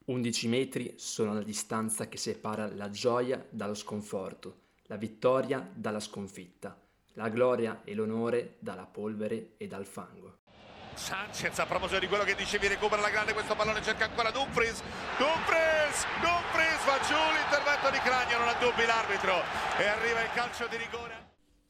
11 metri sono la distanza che separa la gioia dallo sconforto, la vittoria dalla sconfitta, la gloria e l'onore dalla polvere e dal fango. Sanchez, a proposito di quello che dicevi, recupera la grande questo pallone, cerca ancora Dumfries va giù, l'intervento di Cragno, non ha dubbi l'arbitro e arriva il calcio di rigore.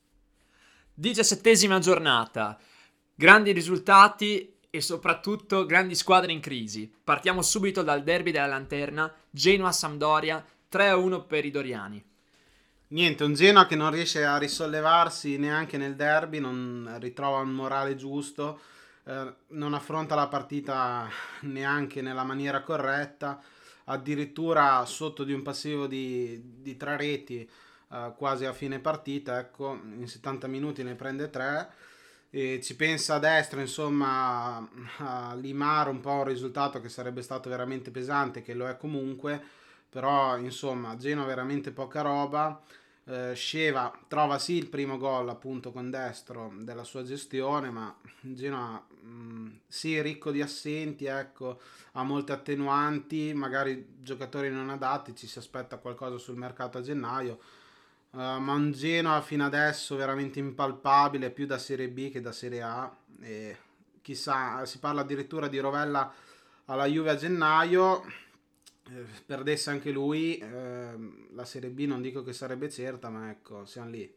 17ª giornata, grandi risultati e soprattutto grandi squadre in crisi. Partiamo subito dal derby della Lanterna, Genoa-Sampdoria, 3-1 per i doriani. Niente, un Genoa che non riesce a risollevarsi neanche nel derby, non ritrova un morale giusto, non affronta la partita neanche nella maniera corretta, addirittura sotto di un passivo di 3 reti quasi a fine partita, ecco, in 70 minuti ne prende 3 e ci pensa a destra, insomma, a limare un po' un risultato che sarebbe stato veramente pesante, che lo è comunque, però insomma Genoa veramente poca roba. Sceva trova sì il primo gol appunto con destro della sua gestione, ma Genoa sì ricco di assenti, ecco, ha molte attenuanti, magari giocatori non adatti, ci si aspetta qualcosa sul mercato a gennaio. Ma un Genoa fino adesso veramente impalpabile, più da Serie B che da Serie A, e chissà, si parla addirittura di Rovella alla Juve a gennaio. Perdesse anche lui, la Serie B non dico che sarebbe certa, ma ecco, siamo lì.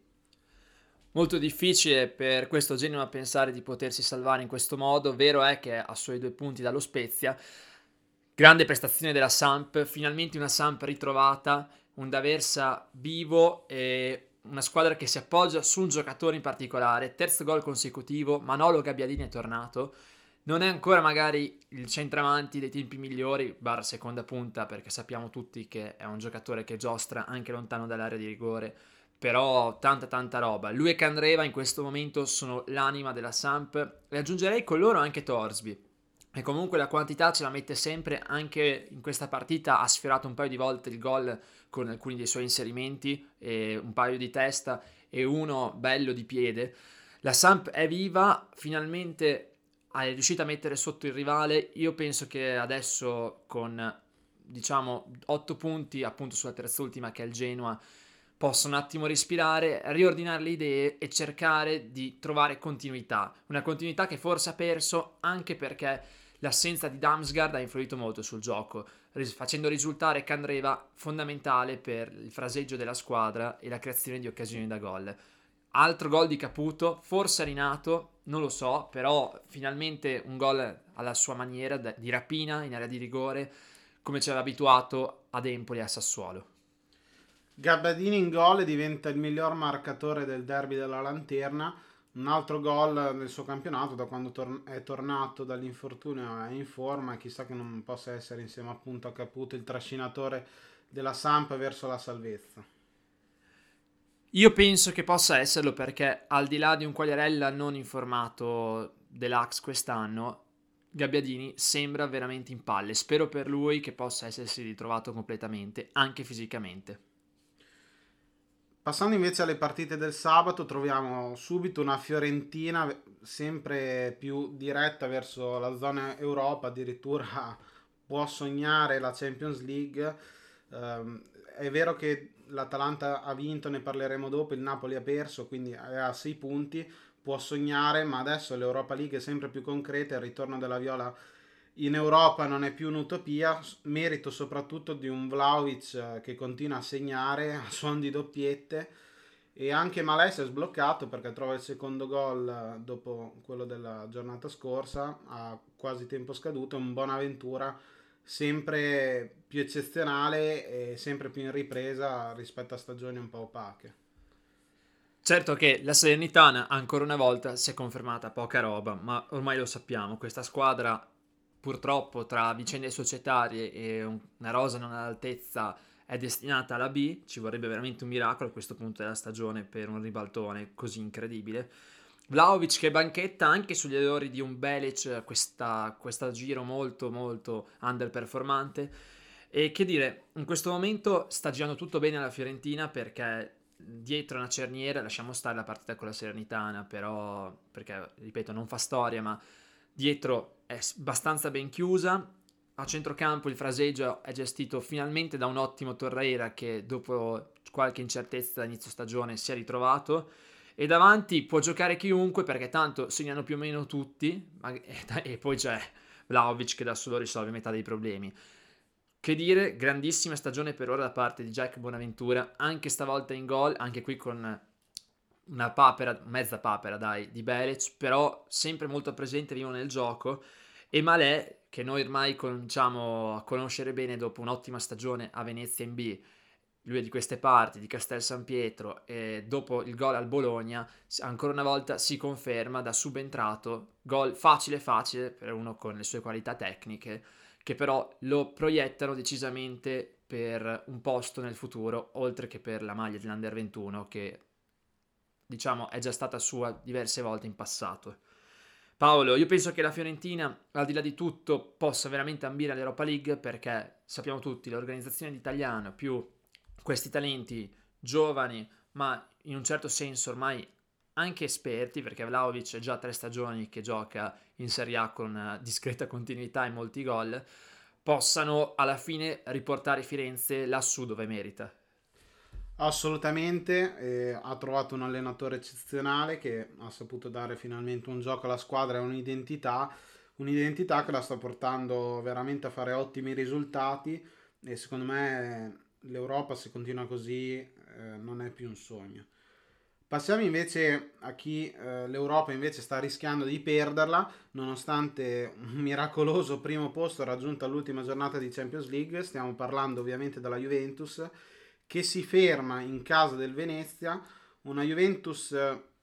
Molto difficile per questo Genoa pensare di potersi salvare in questo modo. Vero è che ha suoi 2 punti dallo Spezia. Grande prestazione della Samp, finalmente una Samp ritrovata, un D'Aversa vivo e una squadra che si appoggia su un giocatore in particolare. Terzo gol consecutivo, Manolo Gabbiadini è tornato. Non è ancora magari il centravanti dei tempi migliori, bar seconda punta, perché sappiamo tutti che è un giocatore che giostra anche lontano dall'area di rigore, però tanta roba. Lui e Candreva in questo momento sono l'anima della Samp e aggiungerei con loro anche Torsby. E comunque la quantità ce la mette sempre, anche in questa partita ha sfiorato un paio di volte il gol con alcuni dei suoi inserimenti, e un paio di testa e uno bello di piede. La Samp è viva, finalmente è riuscita a mettere sotto il rivale. Io penso che adesso con diciamo 8 punti appunto sulla terzultima che è il Genoa possa un attimo respirare, riordinare le idee e cercare di trovare continuità, una continuità che forse ha perso anche perché l'assenza di Damsgaard ha influito molto sul gioco, facendo risultare Candreva fondamentale per il fraseggio della squadra e la creazione di occasioni da gol. Altro gol di Caputo, forse rinato, non lo so, però finalmente un gol alla sua maniera di rapina in area di rigore, come ci aveva abituato ad Empoli e a Sassuolo. Gabbiadini in gol e diventa il miglior marcatore del derby della Lanterna, un altro gol nel suo campionato da quando è tornato dall'infortunio, è in forma, chissà che non possa essere insieme appunto a Caputo il trascinatore della Samp verso la salvezza. Io penso che possa esserlo perché al di là di un Quagliarella non informato dell'Ax quest'anno, Gabbiadini sembra veramente in palle. Spero per lui che possa essersi ritrovato completamente, anche fisicamente. Passando invece alle partite del sabato, troviamo subito una Fiorentina sempre più diretta verso la zona Europa, addirittura può sognare la Champions League. È vero che l'Atalanta ha vinto, ne parleremo dopo, il Napoli ha perso, quindi ha 6 punti, può sognare, ma adesso l'Europa League è sempre più concreta, il ritorno della Viola in Europa non è più un'utopia, merito soprattutto di un Vlahovic che continua a segnare a suon di doppiette, e anche Malais è sbloccato perché trova il secondo gol dopo quello della giornata scorsa a quasi tempo scaduto. Un Bonaventura sempre più eccezionale e sempre più in ripresa rispetto a stagioni un po' opache. Certo che la Salernitana ancora una volta si è confermata poca roba, ma ormai lo sappiamo, questa squadra purtroppo tra vicende societarie e una rosa non all'altezza è destinata alla B. Ci vorrebbe veramente un miracolo a questo punto della stagione per un ribaltone così incredibile. Vlahovic che banchetta anche sugli errori di un Belic questa giro molto underperformante, e che dire, in questo momento sta girando tutto bene alla Fiorentina perché dietro una cerniera, lasciamo stare la partita con la Salernitana perché ripeto non fa storia, ma dietro è abbastanza ben chiusa. A centrocampo il fraseggio è gestito finalmente da un ottimo Torreira che dopo qualche incertezza da inizio stagione si è ritrovato, e davanti può giocare chiunque perché tanto segnano più o meno tutti, e poi c'è Vlahovic che da solo risolve metà dei problemi. Che dire, grandissima stagione per ora da parte di Jack Bonaventura, anche stavolta in gol, anche qui con una papera, mezza papera dai, di Beric, però sempre molto presente vivo nel gioco, e Malè, che noi ormai cominciamo a conoscere bene dopo un'ottima stagione a Venezia in B, lui è di queste parti, di Castel San Pietro, e dopo il gol al Bologna, ancora una volta si conferma da subentrato, gol facile facile per uno con le sue qualità tecniche, che però lo proiettano decisamente per un posto nel futuro, oltre che per la maglia dell'Under 21, che diciamo è già stata sua diverse volte in passato. Paolo, io penso che la Fiorentina, al di là di tutto, possa veramente ambire all'Europa League, perché sappiamo tutti, l'organizzazione d'italiano più questi talenti giovani, ma in un certo senso ormai anche esperti, perché Vlahovic è già 3 stagioni che gioca in Serie A con discreta continuità e molti gol, possano alla fine riportare Firenze lassù dove merita. Assolutamente, ha trovato un allenatore eccezionale che ha saputo dare finalmente un gioco alla squadra e un'identità che la sta portando veramente a fare ottimi risultati, e secondo me l'Europa, se continua così, non è più un sogno. Passiamo invece a chi l'Europa invece sta rischiando di perderla, nonostante un miracoloso primo posto raggiunto all'ultima giornata di Champions League. Stiamo parlando ovviamente della Juventus, che si ferma in casa del Venezia, una Juventus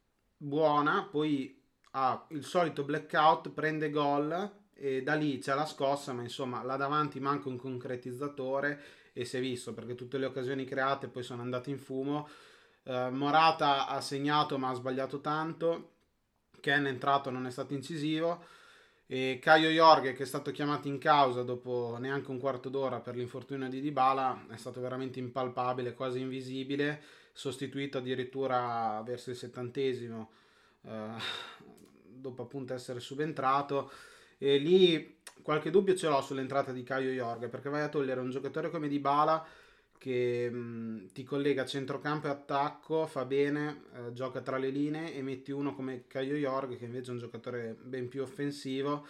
buona, poi ha il solito blackout, prende gol e da lì c'è la scossa, ma insomma là davanti manca un concretizzatore e si è visto perché tutte le occasioni create poi sono andate in fumo. Morata ha segnato ma ha sbagliato tanto, Ken è entrato, non è stato incisivo, e Caio Jorge, che è stato chiamato in causa dopo neanche un quarto d'ora per l'infortunio di Dybala, è stato veramente impalpabile, quasi invisibile, sostituito addirittura verso il 70esimo, eh, dopo appunto essere subentrato. E lì qualche dubbio ce l'ho sull'entrata di Caio Jorge, perché vai a togliere un giocatore come Dybala che ti collega centrocampo e attacco, fa bene, gioca tra le linee, e metti uno come Caio Jorg che invece è un giocatore ben più offensivo,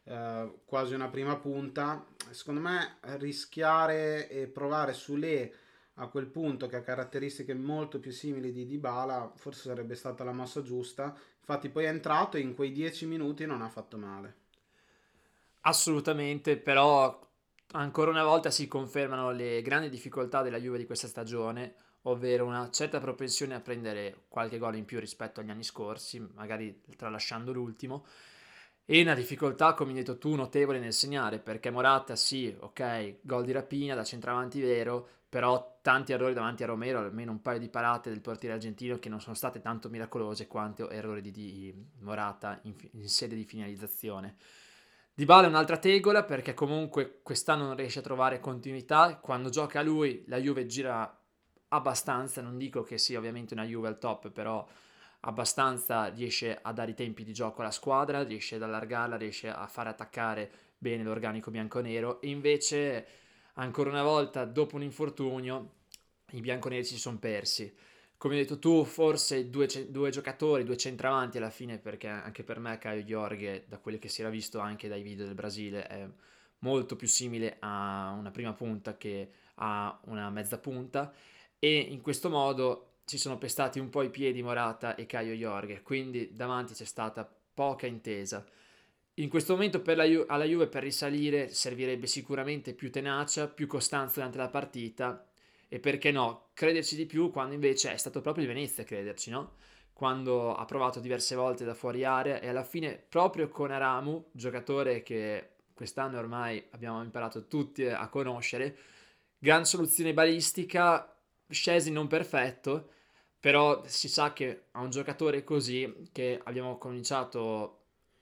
quasi una prima punta. Secondo me rischiare e provare Sule a quel punto, che ha caratteristiche molto più simili di Dybala, forse sarebbe stata la mossa giusta. Infatti poi è entrato e in quei 10 minuti non ha fatto male. Assolutamente, però ancora una volta si confermano le grandi difficoltà della Juve di questa stagione, ovvero una certa propensione a prendere qualche gol in più rispetto agli anni scorsi, magari tralasciando l'ultimo, e una difficoltà, come hai detto tu, notevole nel segnare, perché Morata sì, ok, gol di rapina da centravanti vero, però tanti errori davanti a Romero, almeno un paio di parate del portiere argentino che non sono state tanto miracolose quanto errori di Morata in sede di finalizzazione. Dybala è un'altra tegola perché comunque quest'anno non riesce a trovare continuità. Quando gioca lui la Juve gira abbastanza, non dico che sia ovviamente una Juve al top, però abbastanza riesce a dare i tempi di gioco alla squadra, riesce ad allargarla, riesce a fare attaccare bene l'organico bianconero, e invece ancora una volta dopo un infortunio i bianconeri si sono persi. Come hai detto tu, forse due giocatori, due centravanti alla fine, perché anche per me Caio Jorge, da quello che si era visto anche dai video del Brasile, è molto più simile a una prima punta che a una mezza punta, e in questo modo si sono pestati un po' i piedi Morata e Caio Jorge, quindi davanti c'è stata poca intesa. In questo momento per alla Juve per risalire servirebbe sicuramente più tenacia, più costanza durante la partita, e perché no, crederci di più quando invece è stato proprio il Venezia a crederci, no? Quando ha provato diverse volte da fuori area e alla fine proprio con Aramu, giocatore che quest'anno ormai abbiamo imparato tutti a conoscere, gran soluzione balistica, Scesi non perfetto, però si sa che a un giocatore così, che abbiamo cominciato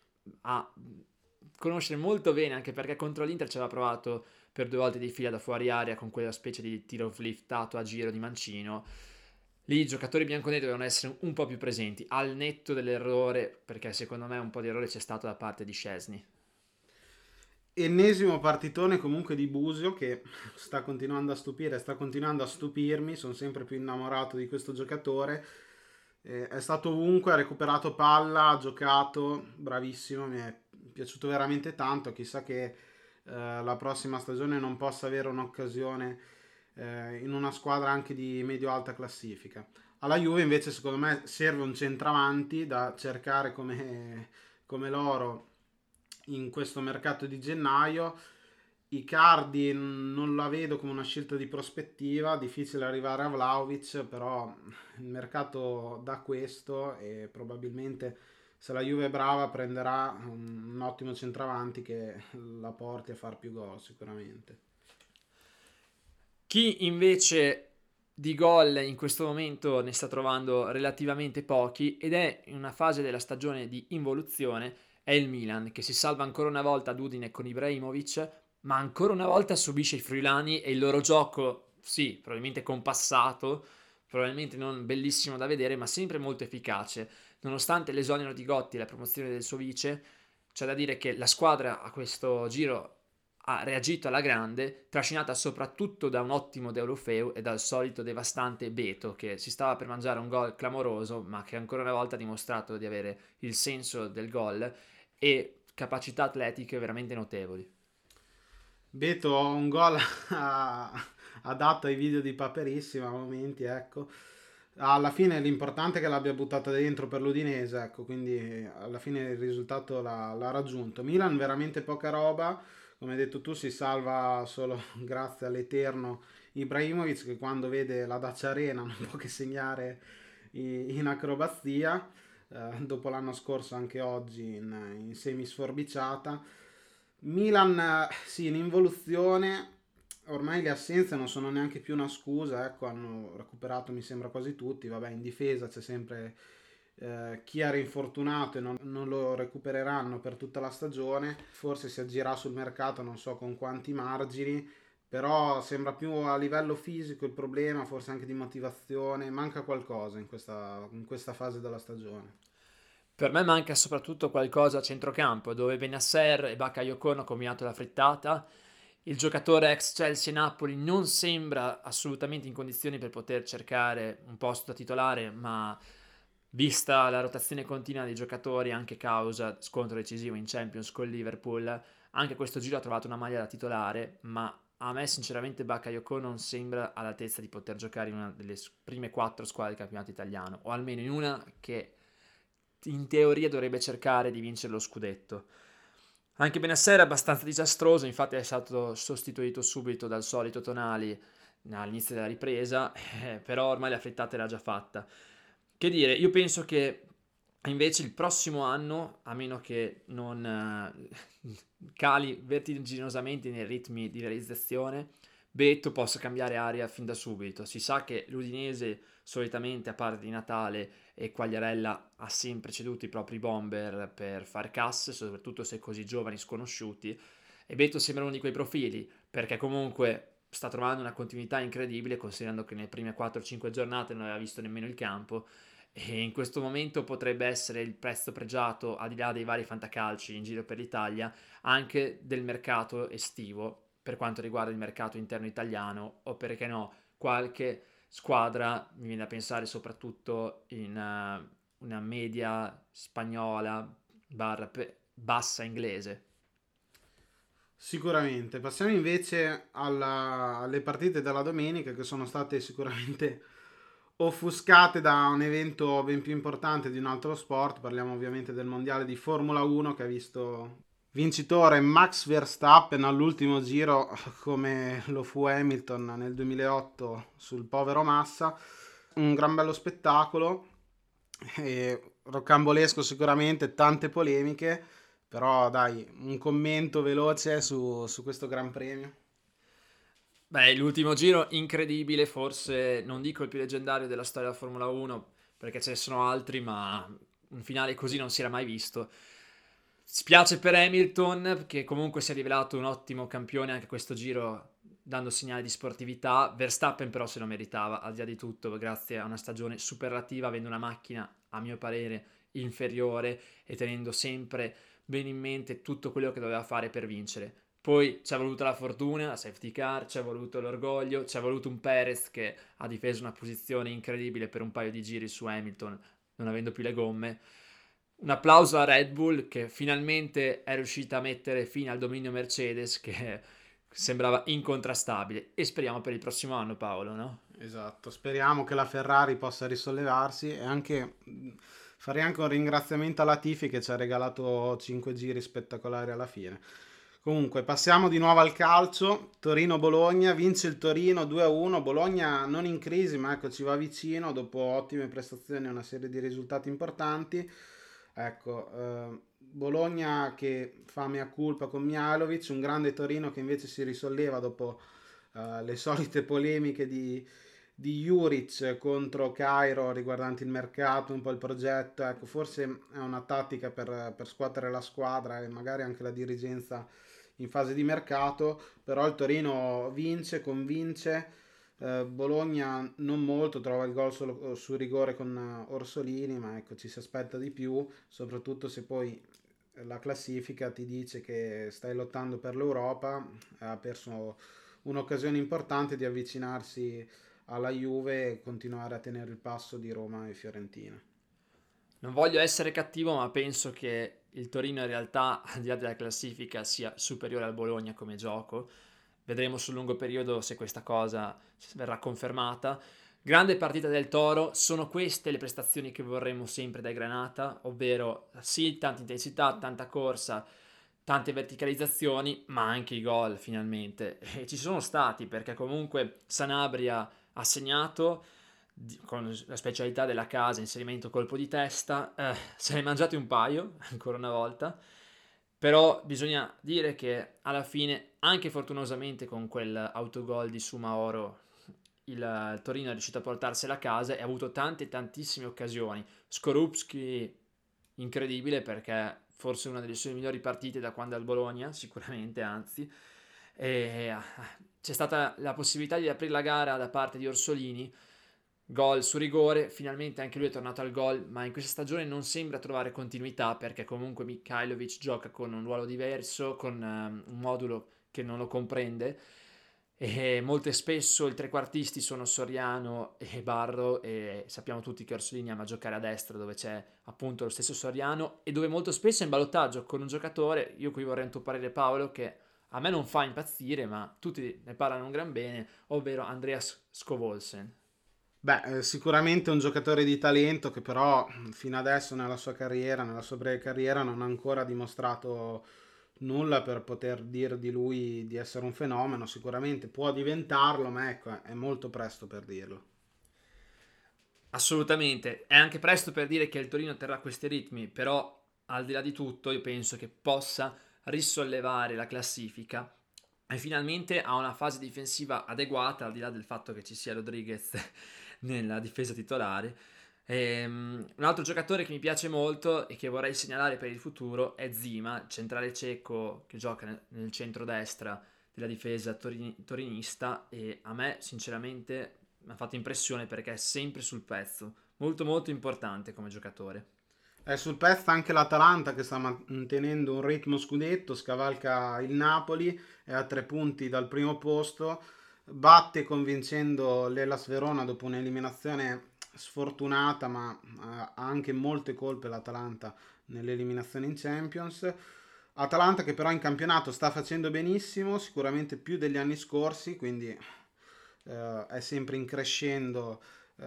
a conoscere molto bene, anche perché contro l'Inter ci aveva provato per 2 volte di fila da fuori area con quella specie di tiro fliftato a giro di mancino. Lì i giocatori bianconeri dovevano essere un po' più presenti, al netto dell'errore, perché secondo me un po' di errore c'è stato da parte di Szczesny. Ennesimo partitone comunque di Busio che sta continuando a stupire, sta continuando a stupirmi, sono sempre più innamorato di questo giocatore. È stato ovunque, ha recuperato palla, ha giocato, bravissimo, mi è piaciuto veramente tanto, chissà che la prossima stagione non possa avere un'occasione in una squadra anche di medio-alta classifica. Alla Juve invece secondo me serve un centravanti da cercare come loro in questo mercato di gennaio. Icardi non la vedo come una scelta di prospettiva, difficile arrivare a Vlahovic, però il mercato dà questo e probabilmente se la Juve è brava prenderà un ottimo centravanti che la porti a far più gol sicuramente. Chi invece di gol in questo momento ne sta trovando relativamente pochi ed è in una fase della stagione di involuzione è il Milan, che si salva ancora una volta ad Udine con Ibrahimovic, ma ancora una volta subisce i friulani e il loro gioco, sì, probabilmente compassato, probabilmente non bellissimo da vedere, ma sempre molto efficace. Nonostante l'esonero di Gotti e la promozione del suo vice, c'è da dire che la squadra a questo giro ha reagito alla grande, trascinata soprattutto da un ottimo Deulofeu e dal solito devastante Beto, che si stava per mangiare un gol clamoroso, ma che ancora una volta ha dimostrato di avere il senso del gol e capacità atletiche veramente notevoli. Beto ha un gol adatto ai video di Paperissima a momenti, ecco. Alla fine l'importante è che l'abbia buttata dentro per l'Udinese, ecco, quindi alla fine il risultato l'ha raggiunto. Milan veramente poca roba, come hai detto tu si salva solo grazie all'eterno Ibrahimovic che quando vede la Dacia Arena non può che segnare in acrobazia, dopo l'anno scorso anche oggi in semi sforbiciata. Milan sì, in involuzione, ormai le assenze non sono neanche più una scusa, ecco, hanno recuperato mi sembra quasi tutti, vabbè in difesa c'è sempre chi era infortunato e non lo recupereranno per tutta la stagione, forse si agirà sul mercato, non so con quanti margini, però sembra più a livello fisico il problema, forse anche di motivazione, manca qualcosa in questa fase della stagione. Per me manca soprattutto qualcosa a centrocampo, dove Benasser e Bakayoko hanno combinato la frittata. Il giocatore ex Chelsea e Napoli non sembra assolutamente in condizioni per poter cercare un posto da titolare, ma vista la rotazione continua dei giocatori, anche causa scontro decisivo in Champions con Liverpool, anche questo giro ha trovato una maglia da titolare, ma a me sinceramente Bakayoko non sembra all'altezza di poter giocare in una delle prime quattro squadre del campionato italiano, o almeno in una che in teoria dovrebbe cercare di vincere lo scudetto. Anche Benasser è abbastanza disastroso, infatti è stato sostituito subito dal solito Tonali all'inizio della ripresa, però ormai la frittata era già fatta. Che dire, io penso che invece il prossimo anno, a meno che non cali vertiginosamente nei ritmi di realizzazione, Beto possa cambiare aria fin da subito. Si sa che l'Udinese solitamente a parte di Natale e Quagliarella ha sempre ceduto i propri bomber per far casse, soprattutto se così giovani sconosciuti, e Beto sembra uno di quei profili, perché comunque sta trovando una continuità incredibile, considerando che nelle prime 4-5 giornate non aveva visto nemmeno il campo, e in questo momento potrebbe essere il prezzo pregiato, al di là dei vari fantacalci in giro per l'Italia, anche del mercato estivo, per quanto riguarda il mercato interno italiano, o perché no, qualche squadra, mi viene da pensare soprattutto in una media spagnola barra bassa inglese. Sicuramente. Passiamo invece alle partite della domenica che sono state sicuramente offuscate da un evento ben più importante di un altro sport. Parliamo ovviamente del mondiale di Formula 1 che ha visto vincitore Max Verstappen all'ultimo giro come lo fu Hamilton nel 2008 sul povero Massa. Un gran bello spettacolo, rocambolesco sicuramente, tante polemiche, però dai, un commento veloce su questo Gran Premio. Beh, l'ultimo giro incredibile, forse non dico il più leggendario della storia della Formula 1, perché ce ne sono altri, ma un finale così non si era mai visto. Spiace per Hamilton, che comunque si è rivelato un ottimo campione anche questo giro, dando segnali di sportività. Verstappen però se lo meritava, al di là di tutto, grazie a una stagione superlativa, avendo una macchina, a mio parere, inferiore e tenendo sempre bene in mente tutto quello che doveva fare per vincere. Poi ci è voluta la fortuna, la safety car, ci è voluto l'orgoglio, ci è voluto un Perez che ha difeso una posizione incredibile per un paio di giri su Hamilton, non avendo più le gomme. Un applauso a Red Bull che finalmente è riuscita a mettere fine al dominio Mercedes che sembrava incontrastabile, e speriamo per il prossimo anno, Paolo, no? Esatto, speriamo che la Ferrari possa risollevarsi e anche farei anche un ringraziamento alla Tifi che ci ha regalato 5 giri spettacolari alla fine. Comunque, passiamo di nuovo al calcio. Torino-Bologna, vince il Torino 2-1. Bologna non in crisi, ma ecco, ci va vicino dopo ottime prestazioni e una serie di risultati importanti. Ecco, Bologna che fa mea culpa con Mihajlovic, un grande Torino che invece si risolleva dopo le solite polemiche di Juric contro Cairo riguardanti il mercato, un po' il progetto. Ecco, forse è una tattica per scuotere la squadra e magari anche la dirigenza in fase di mercato, però il Torino vince, convince. Bologna non molto, trova il gol solo su rigore con Orsolini, ma ecco, ci si aspetta di più, soprattutto se poi la classifica ti dice che stai lottando per l'Europa. Ha perso un'occasione importante di avvicinarsi alla Juve e continuare a tenere il passo di Roma e Fiorentina. Non voglio essere cattivo, ma penso che il Torino in realtà, al di là della classifica, sia superiore al Bologna come gioco. Vedremo sul lungo periodo se questa cosa verrà confermata. Grande partita del Toro, sono queste le prestazioni che vorremmo sempre dai Granata, ovvero sì, tanta intensità, tanta corsa, tante verticalizzazioni, ma anche i gol finalmente. E ci sono stati, perché comunque Sanabria ha segnato con la specialità della casa, inserimento colpo di testa, se ne è mangiati un paio, ancora una volta, però bisogna dire che alla fine, anche fortunosamente con quell'autogol di Sumaoro, il Torino è riuscito a portarsela a casa e ha avuto tantissime occasioni. Skorupski incredibile, perché forse una delle sue migliori partite da quando è al Bologna, sicuramente, anzi. E c'è stata la possibilità di aprire la gara da parte di Orsolini, gol su rigore, finalmente anche lui è tornato al gol, ma in questa stagione non sembra trovare continuità, perché comunque Mihajlovic gioca con un ruolo diverso, con un modulo che non lo comprende, e molto spesso i trequartisti sono Soriano e Barro, e sappiamo tutti che Orsolini ama giocare a destra dove c'è appunto lo stesso Soriano, e dove molto spesso è in ballottaggio con un giocatore, io qui vorrei un tuo parere, Paolo, che a me non fa impazzire ma tutti ne parlano un gran bene, ovvero Andreas Scovolsen. Beh, sicuramente un giocatore di talento che però fino adesso nella sua carriera, nella sua breve carriera, non ha ancora dimostrato nulla per poter dire di lui di essere un fenomeno. Sicuramente può diventarlo, ma ecco, è molto presto per dirlo. Assolutamente, è anche presto per dire che il Torino terrà questi ritmi, però al di là di tutto io penso che possa risollevare la classifica e finalmente ha una fase difensiva adeguata, al di là del fatto che ci sia Rodriguez nella difesa titolare. Un altro giocatore che mi piace molto e che vorrei segnalare per il futuro è Zima, centrale ceco che gioca nel centro-destra della difesa torinista, e a me sinceramente mi ha fatto impressione perché è sempre sul pezzo, molto importante come giocatore. È sul pezzo anche l'Atalanta che sta mantenendo un ritmo scudetto, scavalca il Napoli, è a 3 punti dal primo posto, batte convincendo l'Hellas Verona dopo un'eliminazione sfortunata, ma ha anche molte colpe l'Atalanta nell'eliminazione in Champions. Atalanta che però in campionato sta facendo benissimo, sicuramente più degli anni scorsi, quindi è sempre in crescendo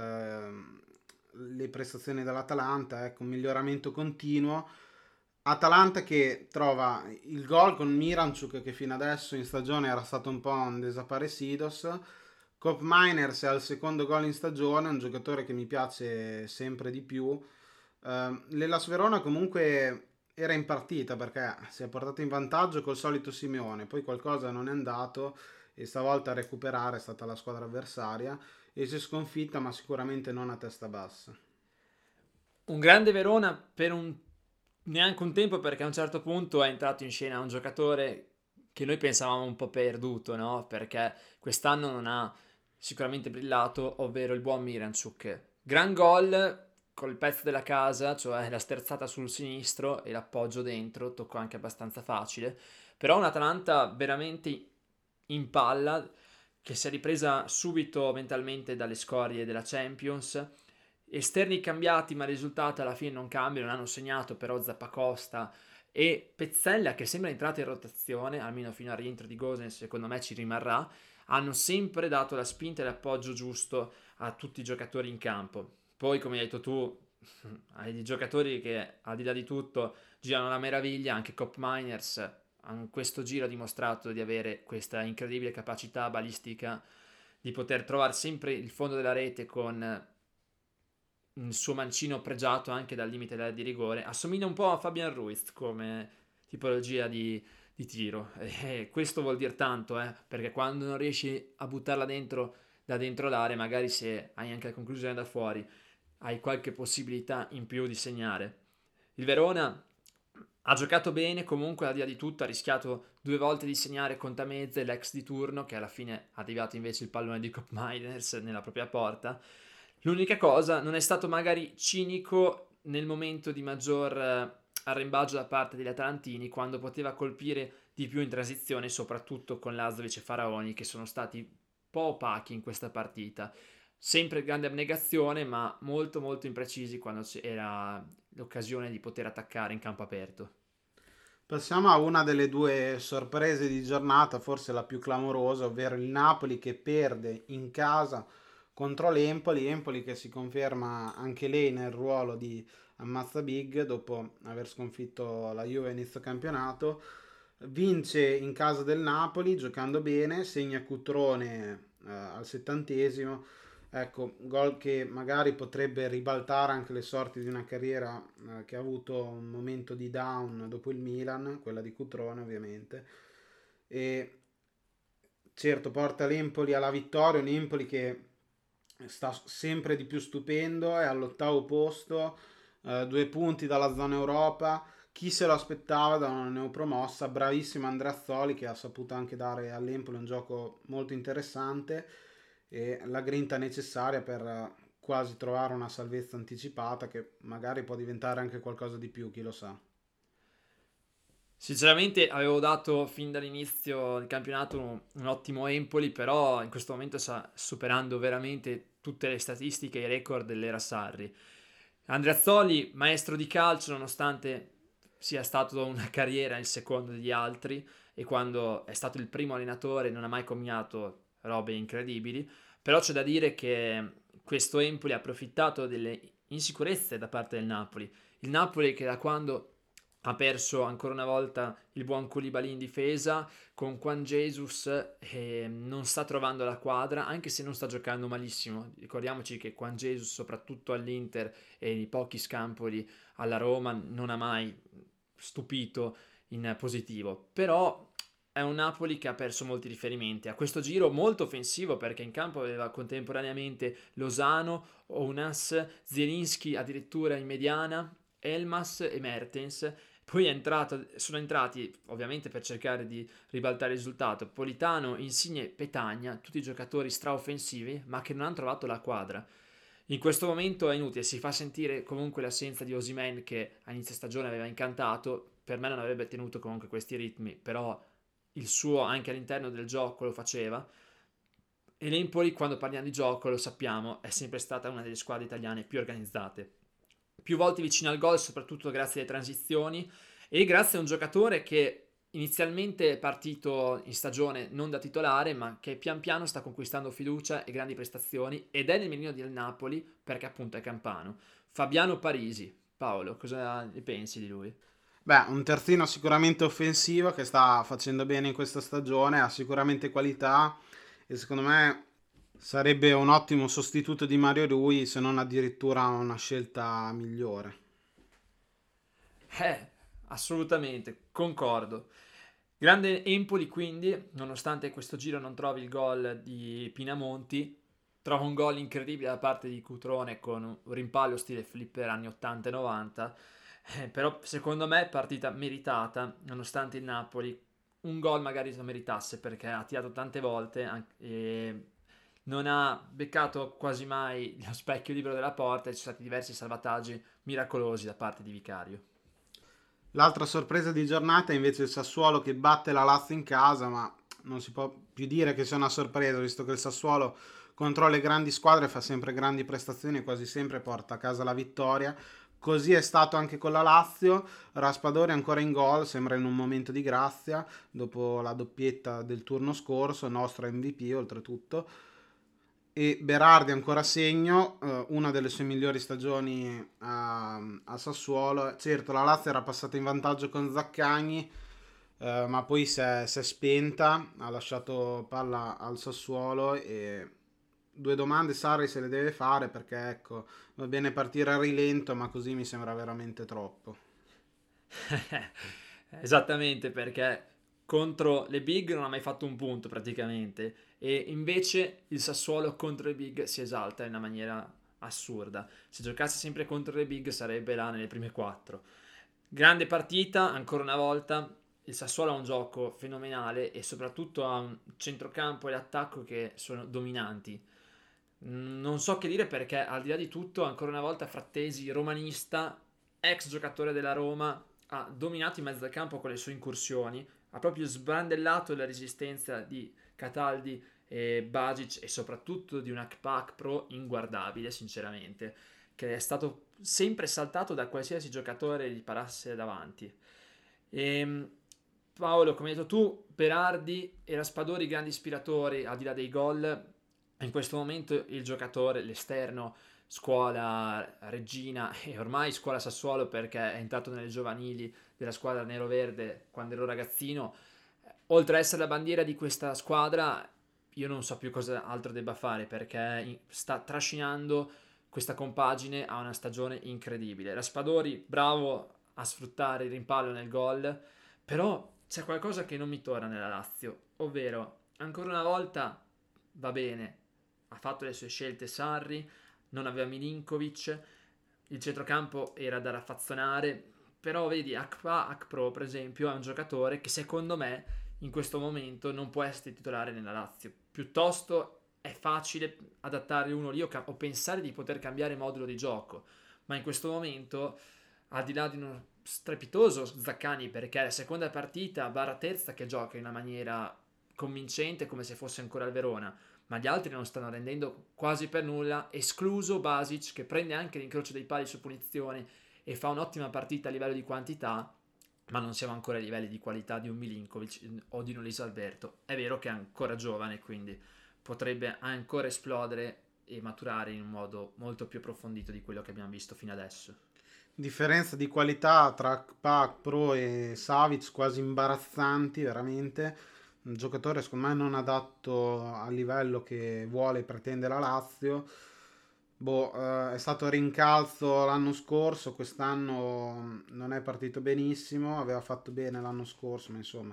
le prestazioni dell'Atalanta, ecco, un miglioramento continuo. Atalanta che trova il gol con Miranchuk che fino adesso in stagione era stato un po' un desaparecidos. Cop Miners è al secondo gol in stagione, un giocatore che mi piace sempre di più. L'Hellas Verona comunque era in partita perché si è portato in vantaggio col solito Simeone, poi qualcosa non è andato e stavolta a recuperare è stata la squadra avversaria e si è sconfitta, ma sicuramente non a testa bassa. Un grande Verona per neanche un tempo, perché a un certo punto è entrato in scena un giocatore che noi pensavamo un po' perduto, no? Perché quest'anno non ha sicuramente brillato, ovvero il buon Miranchuk. Gran gol col pezzo della casa, cioè la sterzata sul sinistro e l'appoggio dentro, tocco anche abbastanza facile, Però un'Atalanta veramente in palla, che si è ripresa subito mentalmente dalle scorie della Champions. Esterni cambiati, ma il risultato alla fine non cambia, non hanno segnato però Zappacosta e Pezzella, che sembra entrata in rotazione, almeno fino al rientro di Gosens, secondo me ci rimarrà, hanno sempre dato la spinta e l'appoggio giusto a tutti i giocatori in campo. Poi, come hai detto tu, hai dei giocatori che al di là di tutto girano alla meraviglia, anche Cop Miners in questo giro ha dimostrato di avere questa incredibile capacità balistica di poter trovare sempre il fondo della rete con il suo mancino pregiato anche dal limite dell'area di rigore. Assomiglia un po' a Fabian Ruiz come tipologia di tiro, e questo vuol dire tanto, perché quando non riesci a buttarla dentro da dentro l'area, magari se hai anche la conclusione da fuori, hai qualche possibilità in più di segnare. Il Verona ha giocato bene, comunque al di là di tutto ha rischiato 2 volte di segnare con Tameze, l'ex di turno, che alla fine ha deviato invece il pallone di Cop Miners nella propria porta. L'unica cosa, non è stato magari cinico nel momento di maggior arrembaggio da parte degli atalantini, quando poteva colpire di più in transizione, soprattutto con Lazovic e Faraoni, che sono stati un po' opachi in questa partita. Sempre grande abnegazione, ma molto molto imprecisi quando c'era l'occasione di poter attaccare in campo aperto. Passiamo a una delle due sorprese di giornata, forse la più clamorosa, ovvero il Napoli che perde in casa contro l'Empoli. Empoli che si conferma anche lei nel ruolo di ammazza big dopo aver sconfitto la Juve a inizio campionato. Vince in casa del Napoli giocando bene, segna Cutrone al 70°. Ecco, gol che magari potrebbe ribaltare anche le sorti di una carriera che ha avuto un momento di down dopo il Milan, quella di Cutrone ovviamente. E certo porta l'Empoli alla vittoria, un Empoli che sta sempre di più stupendo, è all'8° posto, 2 punti dalla zona Europa. Chi se lo aspettava da una neopromossa? Bravissimo Andreazzoli che ha saputo anche dare all'Empoli un gioco molto interessante e la grinta necessaria per quasi trovare una salvezza anticipata che magari può diventare anche qualcosa di più, chi lo sa. Sinceramente avevo dato fin dall'inizio del campionato un ottimo Empoli, però in questo momento sta superando veramente tutte le statistiche e i record dell'era Sarri. Andreazzoli, maestro di calcio, nonostante sia stato una carriera il secondo degli altri e quando è stato il primo allenatore non ha mai combinato robe incredibili, però c'è da dire che questo Empoli ha approfittato delle insicurezze da parte del Napoli. Il Napoli che da quando ha perso ancora una volta il buon Koulibaly in difesa con Juan Jesus, non sta trovando la quadra, anche se non sta giocando malissimo. Ricordiamoci che Juan Jesus, soprattutto all'Inter e nei pochi scampoli alla Roma, non ha mai stupito in positivo. Però è un Napoli che ha perso molti riferimenti. A questo giro molto offensivo, perché in campo aveva contemporaneamente Lozano, Ounas, Zielinski addirittura in mediana, Elmas e Mertens. Poi sono entrati ovviamente per cercare di ribaltare il risultato Politano, Insigne e Petagna, tutti giocatori straoffensivi ma che non hanno trovato la quadra. In questo momento è inutile, si fa sentire comunque l'assenza di Osimhen che a inizio stagione aveva incantato, per me non avrebbe tenuto comunque questi ritmi, però il suo anche all'interno del gioco lo faceva. E l'Empoli, quando parliamo di gioco, lo sappiamo, è sempre stata una delle squadre italiane più organizzate, più volte vicino al gol, soprattutto grazie alle transizioni e grazie a un giocatore che inizialmente è partito in stagione non da titolare, ma che pian piano sta conquistando fiducia e grandi prestazioni ed è nel mirino del Napoli perché appunto è campano. Fabiano Parisi. Paolo, cosa ne pensi di lui? Beh, un terzino sicuramente offensivo che sta facendo bene in questa stagione, ha sicuramente qualità e secondo me sarebbe un ottimo sostituto di Mario Rui, se non addirittura una scelta migliore. Eh, assolutamente, concordo. Grande Empoli quindi, nonostante questo giro non trovi il gol di Pinamonti, trova un gol incredibile da parte di Cutrone con un rimpallo stile flipper anni 80 e 90, però secondo me partita meritata, nonostante il Napoli un gol magari lo meritasse perché ha tirato tante volte e non ha beccato quasi mai lo specchio libero della porta e ci sono stati diversi salvataggi miracolosi da parte di Vicario. L'altra sorpresa di giornata è invece il Sassuolo che batte la Lazio in casa, ma non si può più dire che sia una sorpresa, visto che il Sassuolo contro le grandi squadre fa sempre grandi prestazioni e quasi sempre porta a casa la vittoria. Così è stato anche con la Lazio. Raspadori ancora in gol, sembra in un momento di grazia, dopo la doppietta del turno scorso, nostro MVP oltretutto. E Berardi ancora a segno, una delle sue migliori stagioni a Sassuolo. Certo, la Lazio era passata in vantaggio con Zaccagni, ma poi si è spenta, ha lasciato palla al Sassuolo e due domande Sarri se le deve fare perché ecco, va bene partire a rilento, ma così mi sembra veramente troppo. Esattamente, perché contro le big non ha mai fatto un punto praticamente, e invece il Sassuolo contro le big si esalta in una maniera assurda. Se giocasse sempre contro le big sarebbe là nelle prime quattro. Grande partita, ancora una volta. Il Sassuolo ha un gioco fenomenale e soprattutto ha un centrocampo e l'attacco che sono dominanti. Non so che dire perché, al di là di tutto, ancora una volta Frattesi, romanista, ex giocatore della Roma, ha dominato in mezzo al campo con le sue incursioni, ha proprio sbrandellato la resistenza di Cataldi e Bagic e soprattutto di un Akpak Pro inguardabile, sinceramente, che è stato sempre saltato da qualsiasi giocatore gli parasse davanti. E Paolo, come hai detto tu, Berardi e Raspadori grandi ispiratori, al di là dei gol. In questo momento il giocatore, l'esterno, scuola Regina e ormai scuola Sassuolo perché è entrato nelle giovanili della squadra nero-verde quando ero ragazzino. Oltre ad essere la bandiera di questa squadra, io non so più cosa altro debba fare perché sta trascinando questa compagine a una stagione incredibile. Raspadori, bravo a sfruttare il rimpallo nel gol, però c'è qualcosa che non mi torna nella Lazio, ovvero ancora una volta va bene, ha fatto le sue scelte Sarri, non aveva Milinkovic, il centrocampo era da raffazzonare, però vedi Akpro per esempio è un giocatore che secondo me in questo momento non può essere titolare nella Lazio, piuttosto è facile adattare uno lì o pensare di poter cambiare modulo di gioco, ma in questo momento al di là di uno strepitoso Zaccani perché è la seconda partita barra terza che gioca in una maniera convincente come se fosse ancora al Verona, ma gli altri non stanno rendendo quasi per nulla, escluso Basic che prende anche l'incrocio dei pali su punizione e fa un'ottima partita a livello di quantità, ma non siamo ancora ai livelli di qualità di un Milinkovic o di un Luis Alberto. È vero che è ancora giovane, quindi potrebbe ancora esplodere e maturare in un modo molto più approfondito di quello che abbiamo visto fino adesso. Differenza di qualità tra Pac Pro e Savic quasi imbarazzanti, veramente. Un giocatore secondo me non adatto al livello che vuole e pretende la Lazio. Boh, è stato rincalzo l'anno scorso, quest'anno non è partito benissimo, aveva fatto bene l'anno scorso, ma insomma.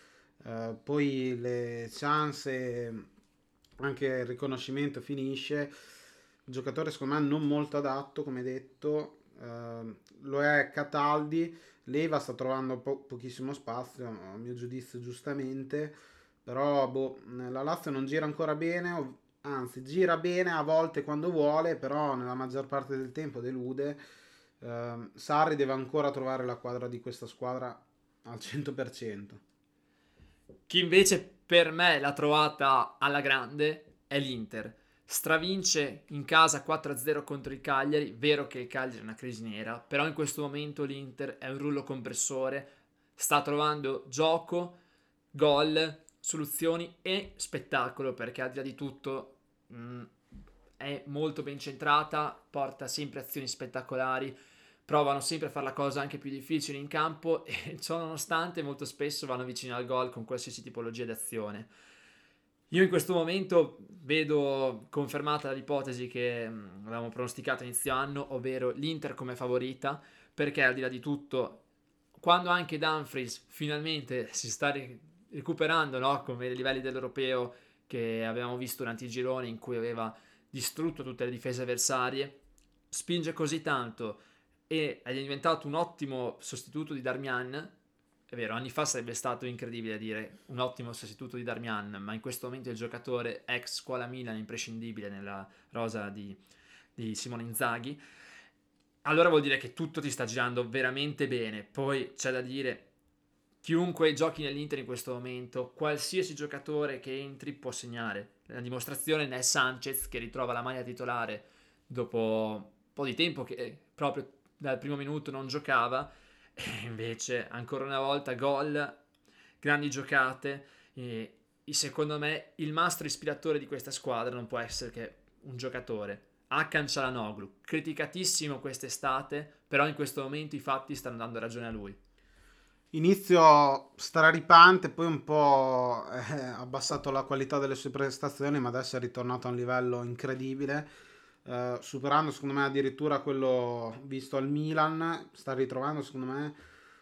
Poi le chance, anche il riconoscimento finisce. Il giocatore secondo me non molto adatto, come detto. Lo è Cataldi. Leva sta trovando pochissimo spazio, a mio giudizio giustamente. Però boh, la Lazio non gira ancora bene, anzi gira bene a volte quando vuole, però nella maggior parte del tempo delude. Sarri deve ancora trovare la quadra di questa squadra al 100%. Chi invece per me l'ha trovata alla grande è l'Inter. Stravince in casa 4-0 contro il Cagliari, vero che il Cagliari è una crisi nera, però in questo momento l'Inter è un rullo compressore, sta trovando gioco, gol, soluzioni e spettacolo perché al di là di tutto è molto ben centrata, porta sempre azioni spettacolari, provano sempre a fare la cosa anche più difficile in campo e ciò nonostante molto spesso vanno vicino al gol con qualsiasi tipologia di azione. Io in questo momento vedo confermata l'ipotesi che avevamo pronosticato a inizio anno, ovvero l'Inter come favorita, perché al di là di tutto, quando anche Dumfries finalmente si sta recuperando, no? Come i livelli dell'Europeo che avevamo visto durante i gironi in cui aveva distrutto tutte le difese avversarie, spinge così tanto e è diventato un ottimo sostituto di Darmian. È vero, anni fa sarebbe stato incredibile dire un ottimo sostituto di Darmian, ma in questo momento è il giocatore ex scuola Milan imprescindibile nella rosa di Simone Inzaghi. allora vuol dire che tutto ti sta girando veramente bene. Poi c'è da dire, chiunque giochi nell'Inter in questo momento, qualsiasi giocatore che entri può segnare. La dimostrazione ne è Sanchez, che ritrova la maglia titolare dopo un po' di tempo che proprio dal primo minuto non giocava, e invece ancora una volta gol, grandi giocate, e secondo me il mastro ispiratore di questa squadra non può essere che un giocatore, Hakan Çalhanoğlu, criticatissimo quest'estate, però in questo momento i fatti stanno dando ragione a lui. Inizio straripante, poi un po' abbassato la qualità delle sue prestazioni, ma adesso è ritornato a un livello incredibile, superando secondo me addirittura quello visto al Milan, sta ritrovando secondo me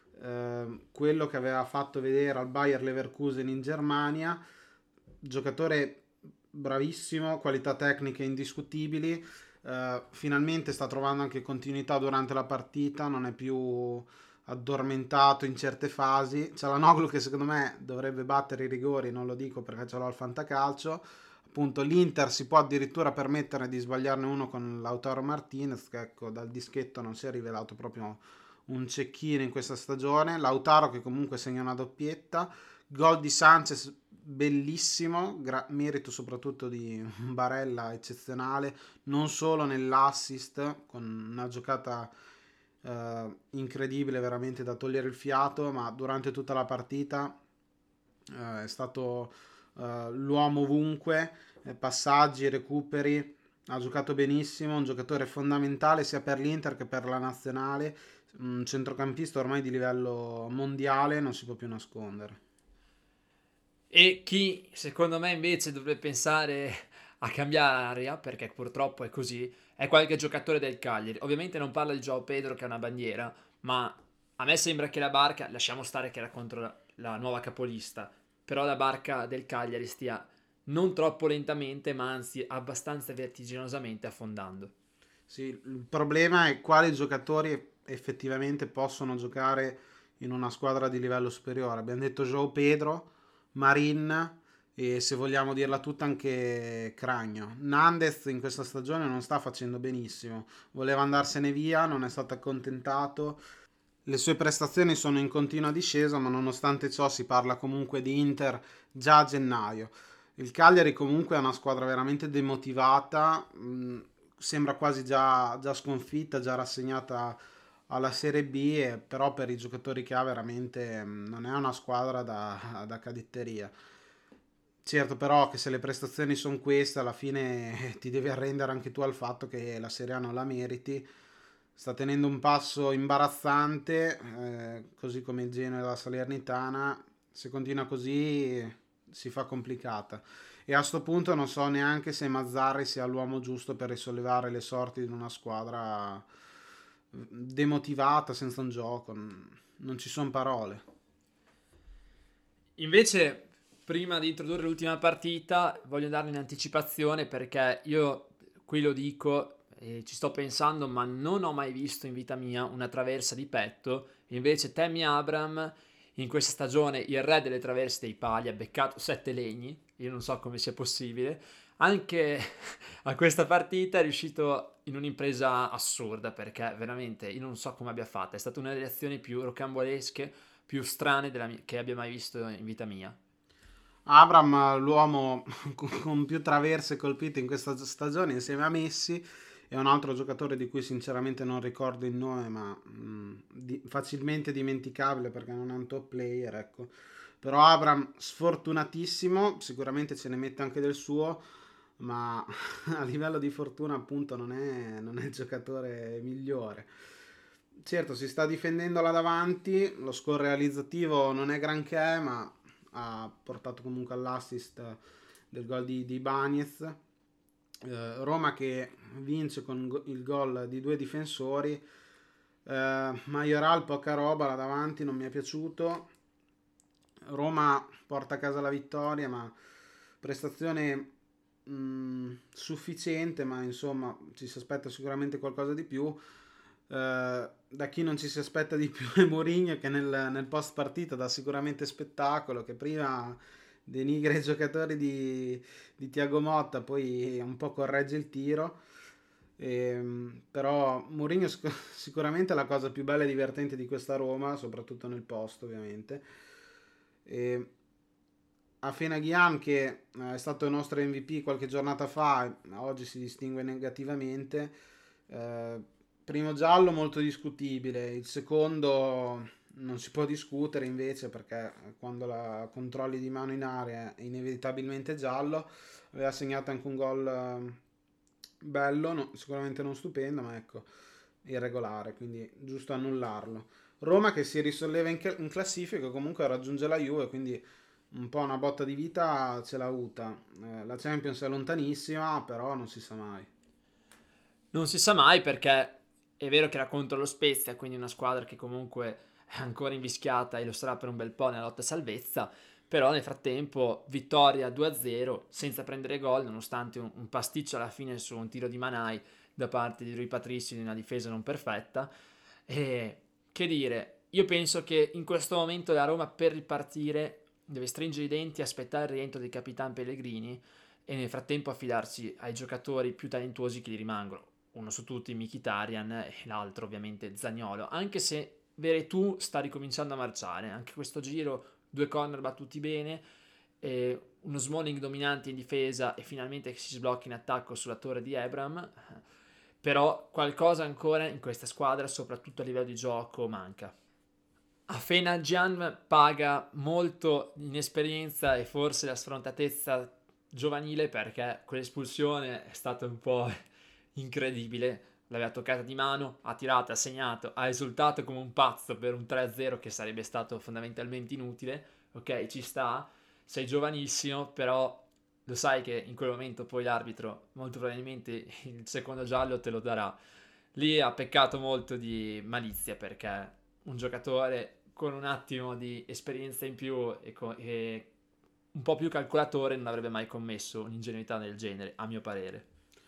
quello che aveva fatto vedere al Bayer Leverkusen in Germania, giocatore bravissimo, qualità tecniche indiscutibili, finalmente sta trovando anche continuità durante la partita, non è più addormentato in certe fasi. Çalhanoğlu che secondo me dovrebbe battere i rigori, non lo dico perché ce l'ho al fantacalcio. Appunto l'Inter si può addirittura permettere di sbagliarne uno con Lautaro Martinez, che ecco dal dischetto non si è rivelato proprio un cecchino in questa stagione. Lautaro che comunque segna una doppietta, gol di Sanchez bellissimo, merito soprattutto di Barella eccezionale, non solo nell'assist con una giocata incredibile veramente da togliere il fiato, ma durante tutta la partita è stato l'uomo ovunque, passaggi, recuperi, ha giocato benissimo, un giocatore fondamentale sia per l'Inter che per la nazionale, un centrocampista ormai di livello mondiale, non si può più nascondere. E chi secondo me invece dovrebbe pensare a cambiare aria, perché purtroppo è così, è qualche giocatore del Cagliari. Ovviamente non parla di João Pedro che è una bandiera, ma a me sembra che la barca, lasciamo stare che era contro la nuova capolista, però la barca del Cagliari stia non troppo lentamente, ma anzi abbastanza vertiginosamente affondando. Sì, il problema è quali giocatori effettivamente possono giocare in una squadra di livello superiore. Abbiamo detto João Pedro, Marin e se vogliamo dirla tutta anche Cragno. Nandez in questa stagione non sta facendo benissimo, voleva andarsene via, non è stato accontentato. Le sue prestazioni sono in continua discesa, ma nonostante ciò si parla comunque di Inter già a gennaio. Il Cagliari comunque è una squadra veramente demotivata, sembra quasi già sconfitta, già rassegnata alla Serie B, però per i giocatori che ha veramente non è una squadra da cadetteria. Certo, però che se le prestazioni sono queste, alla fine ti devi arrendere anche tu al fatto che la Serie A non la meriti. Sta tenendo un passo imbarazzante, così come il Genoa della Salernitana. Se continua così si fa complicata. E a sto punto non so neanche se Mazzarri sia l'uomo giusto per risollevare le sorti di una squadra demotivata, senza un gioco. Non ci sono parole. Invece, prima di introdurre l'ultima partita, voglio darne in anticipazione perché io qui lo dico e ci sto pensando, ma non ho mai visto in vita mia una traversa di petto. Invece Tammy Abraham in questa stagione il re delle traverse dei pali ha beccato 7 legni, io non so come sia possibile. Anche a questa partita è riuscito in un'impresa assurda perché veramente io non so come abbia fatto, è stata una delle azioni più rocambolesche, più strane che abbia mai visto in vita mia. Abram, l'uomo con più traverse colpite in questa stagione, insieme a Messi, è un altro giocatore di cui sinceramente non ricordo il nome, ma facilmente dimenticabile perché non è un top player, ecco. Però Abram sfortunatissimo, sicuramente ce ne mette anche del suo, ma a livello di fortuna appunto non è il giocatore migliore. Certo, si sta difendendo là davanti, lo score realizzativo non è granché, ma ha portato comunque all'assist del gol di Ibanez. Roma che vince con il gol di due difensori. Majoral poca roba là davanti, non mi è piaciuto. Roma porta a casa la vittoria, ma prestazione sufficiente, ma insomma ci si aspetta sicuramente qualcosa di più. Da chi non ci si aspetta di più è Mourinho che nel post partita dà sicuramente spettacolo, che prima denigra i giocatori di Thiago Motta, poi un po' corregge il tiro. Però Mourinho sicuramente è la cosa più bella e divertente di questa Roma, soprattutto nel posto ovviamente. E Afena Gyan, che è stato il nostro MVP qualche giornata fa, oggi si distingue negativamente. Primo giallo molto discutibile, il secondo non si può discutere invece, perché quando la controlli di mano in area è inevitabilmente giallo. Aveva segnato anche un gol bello, sicuramente non stupendo, ma ecco, irregolare, quindi giusto annullarlo. Roma che si risolleva in classifica, comunque raggiunge la Juve, quindi un po' una botta di vita ce l'ha avuta. La Champions è lontanissima, però non si sa mai. Non si sa mai, perché è vero che era contro lo Spezia, quindi una squadra che comunque è ancora invischiata e lo sarà per un bel po' nella lotta a salvezza, però nel frattempo vittoria 2-0 senza prendere gol, nonostante un pasticcio alla fine su un tiro di Manai da parte di Rui Patricio in una difesa non perfetta. E che dire, io penso che in questo momento la Roma, per ripartire, deve stringere i denti, aspettare il rientro di Capitan Pellegrini e nel frattempo affidarsi ai giocatori più talentuosi che gli rimangono. Uno su tutti Mkhitaryan e l'altro ovviamente Zaniolo, anche se Veretout sta ricominciando a marciare, anche questo giro 2 corner battuti bene, uno Smalling dominante in difesa e finalmente che si sblocca in attacco sulla torre di Abraham, però qualcosa ancora in questa squadra, soprattutto a livello di gioco, manca. Afena Gyan paga molto l'inesperienza e forse la sfrontatezza giovanile, perché quell'espulsione è stata un po' incredibile. L'aveva toccata di mano, ha tirato, ha segnato, ha esultato come un pazzo per un 3-0 che sarebbe stato fondamentalmente inutile. Ok, ci sta, sei giovanissimo, però lo sai che in quel momento poi l'arbitro molto probabilmente il secondo giallo te lo darà. Lì ha peccato molto di malizia, perché un giocatore con un attimo di esperienza in più e un po' più calcolatore non avrebbe mai commesso un'ingenuità del genere, a mio parere.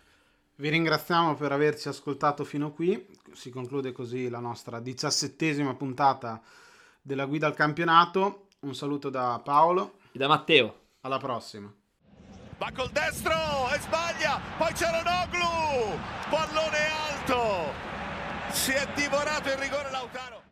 Vi ringraziamo per averci ascoltato fino qui. Si conclude così la nostra 17ª puntata della Guida al Campionato. Un saluto da Paolo e da Matteo. Alla prossima. Va col destro e sbaglia, poi c'è Ronoglu, pallone alto, si è divorato il rigore Lautaro.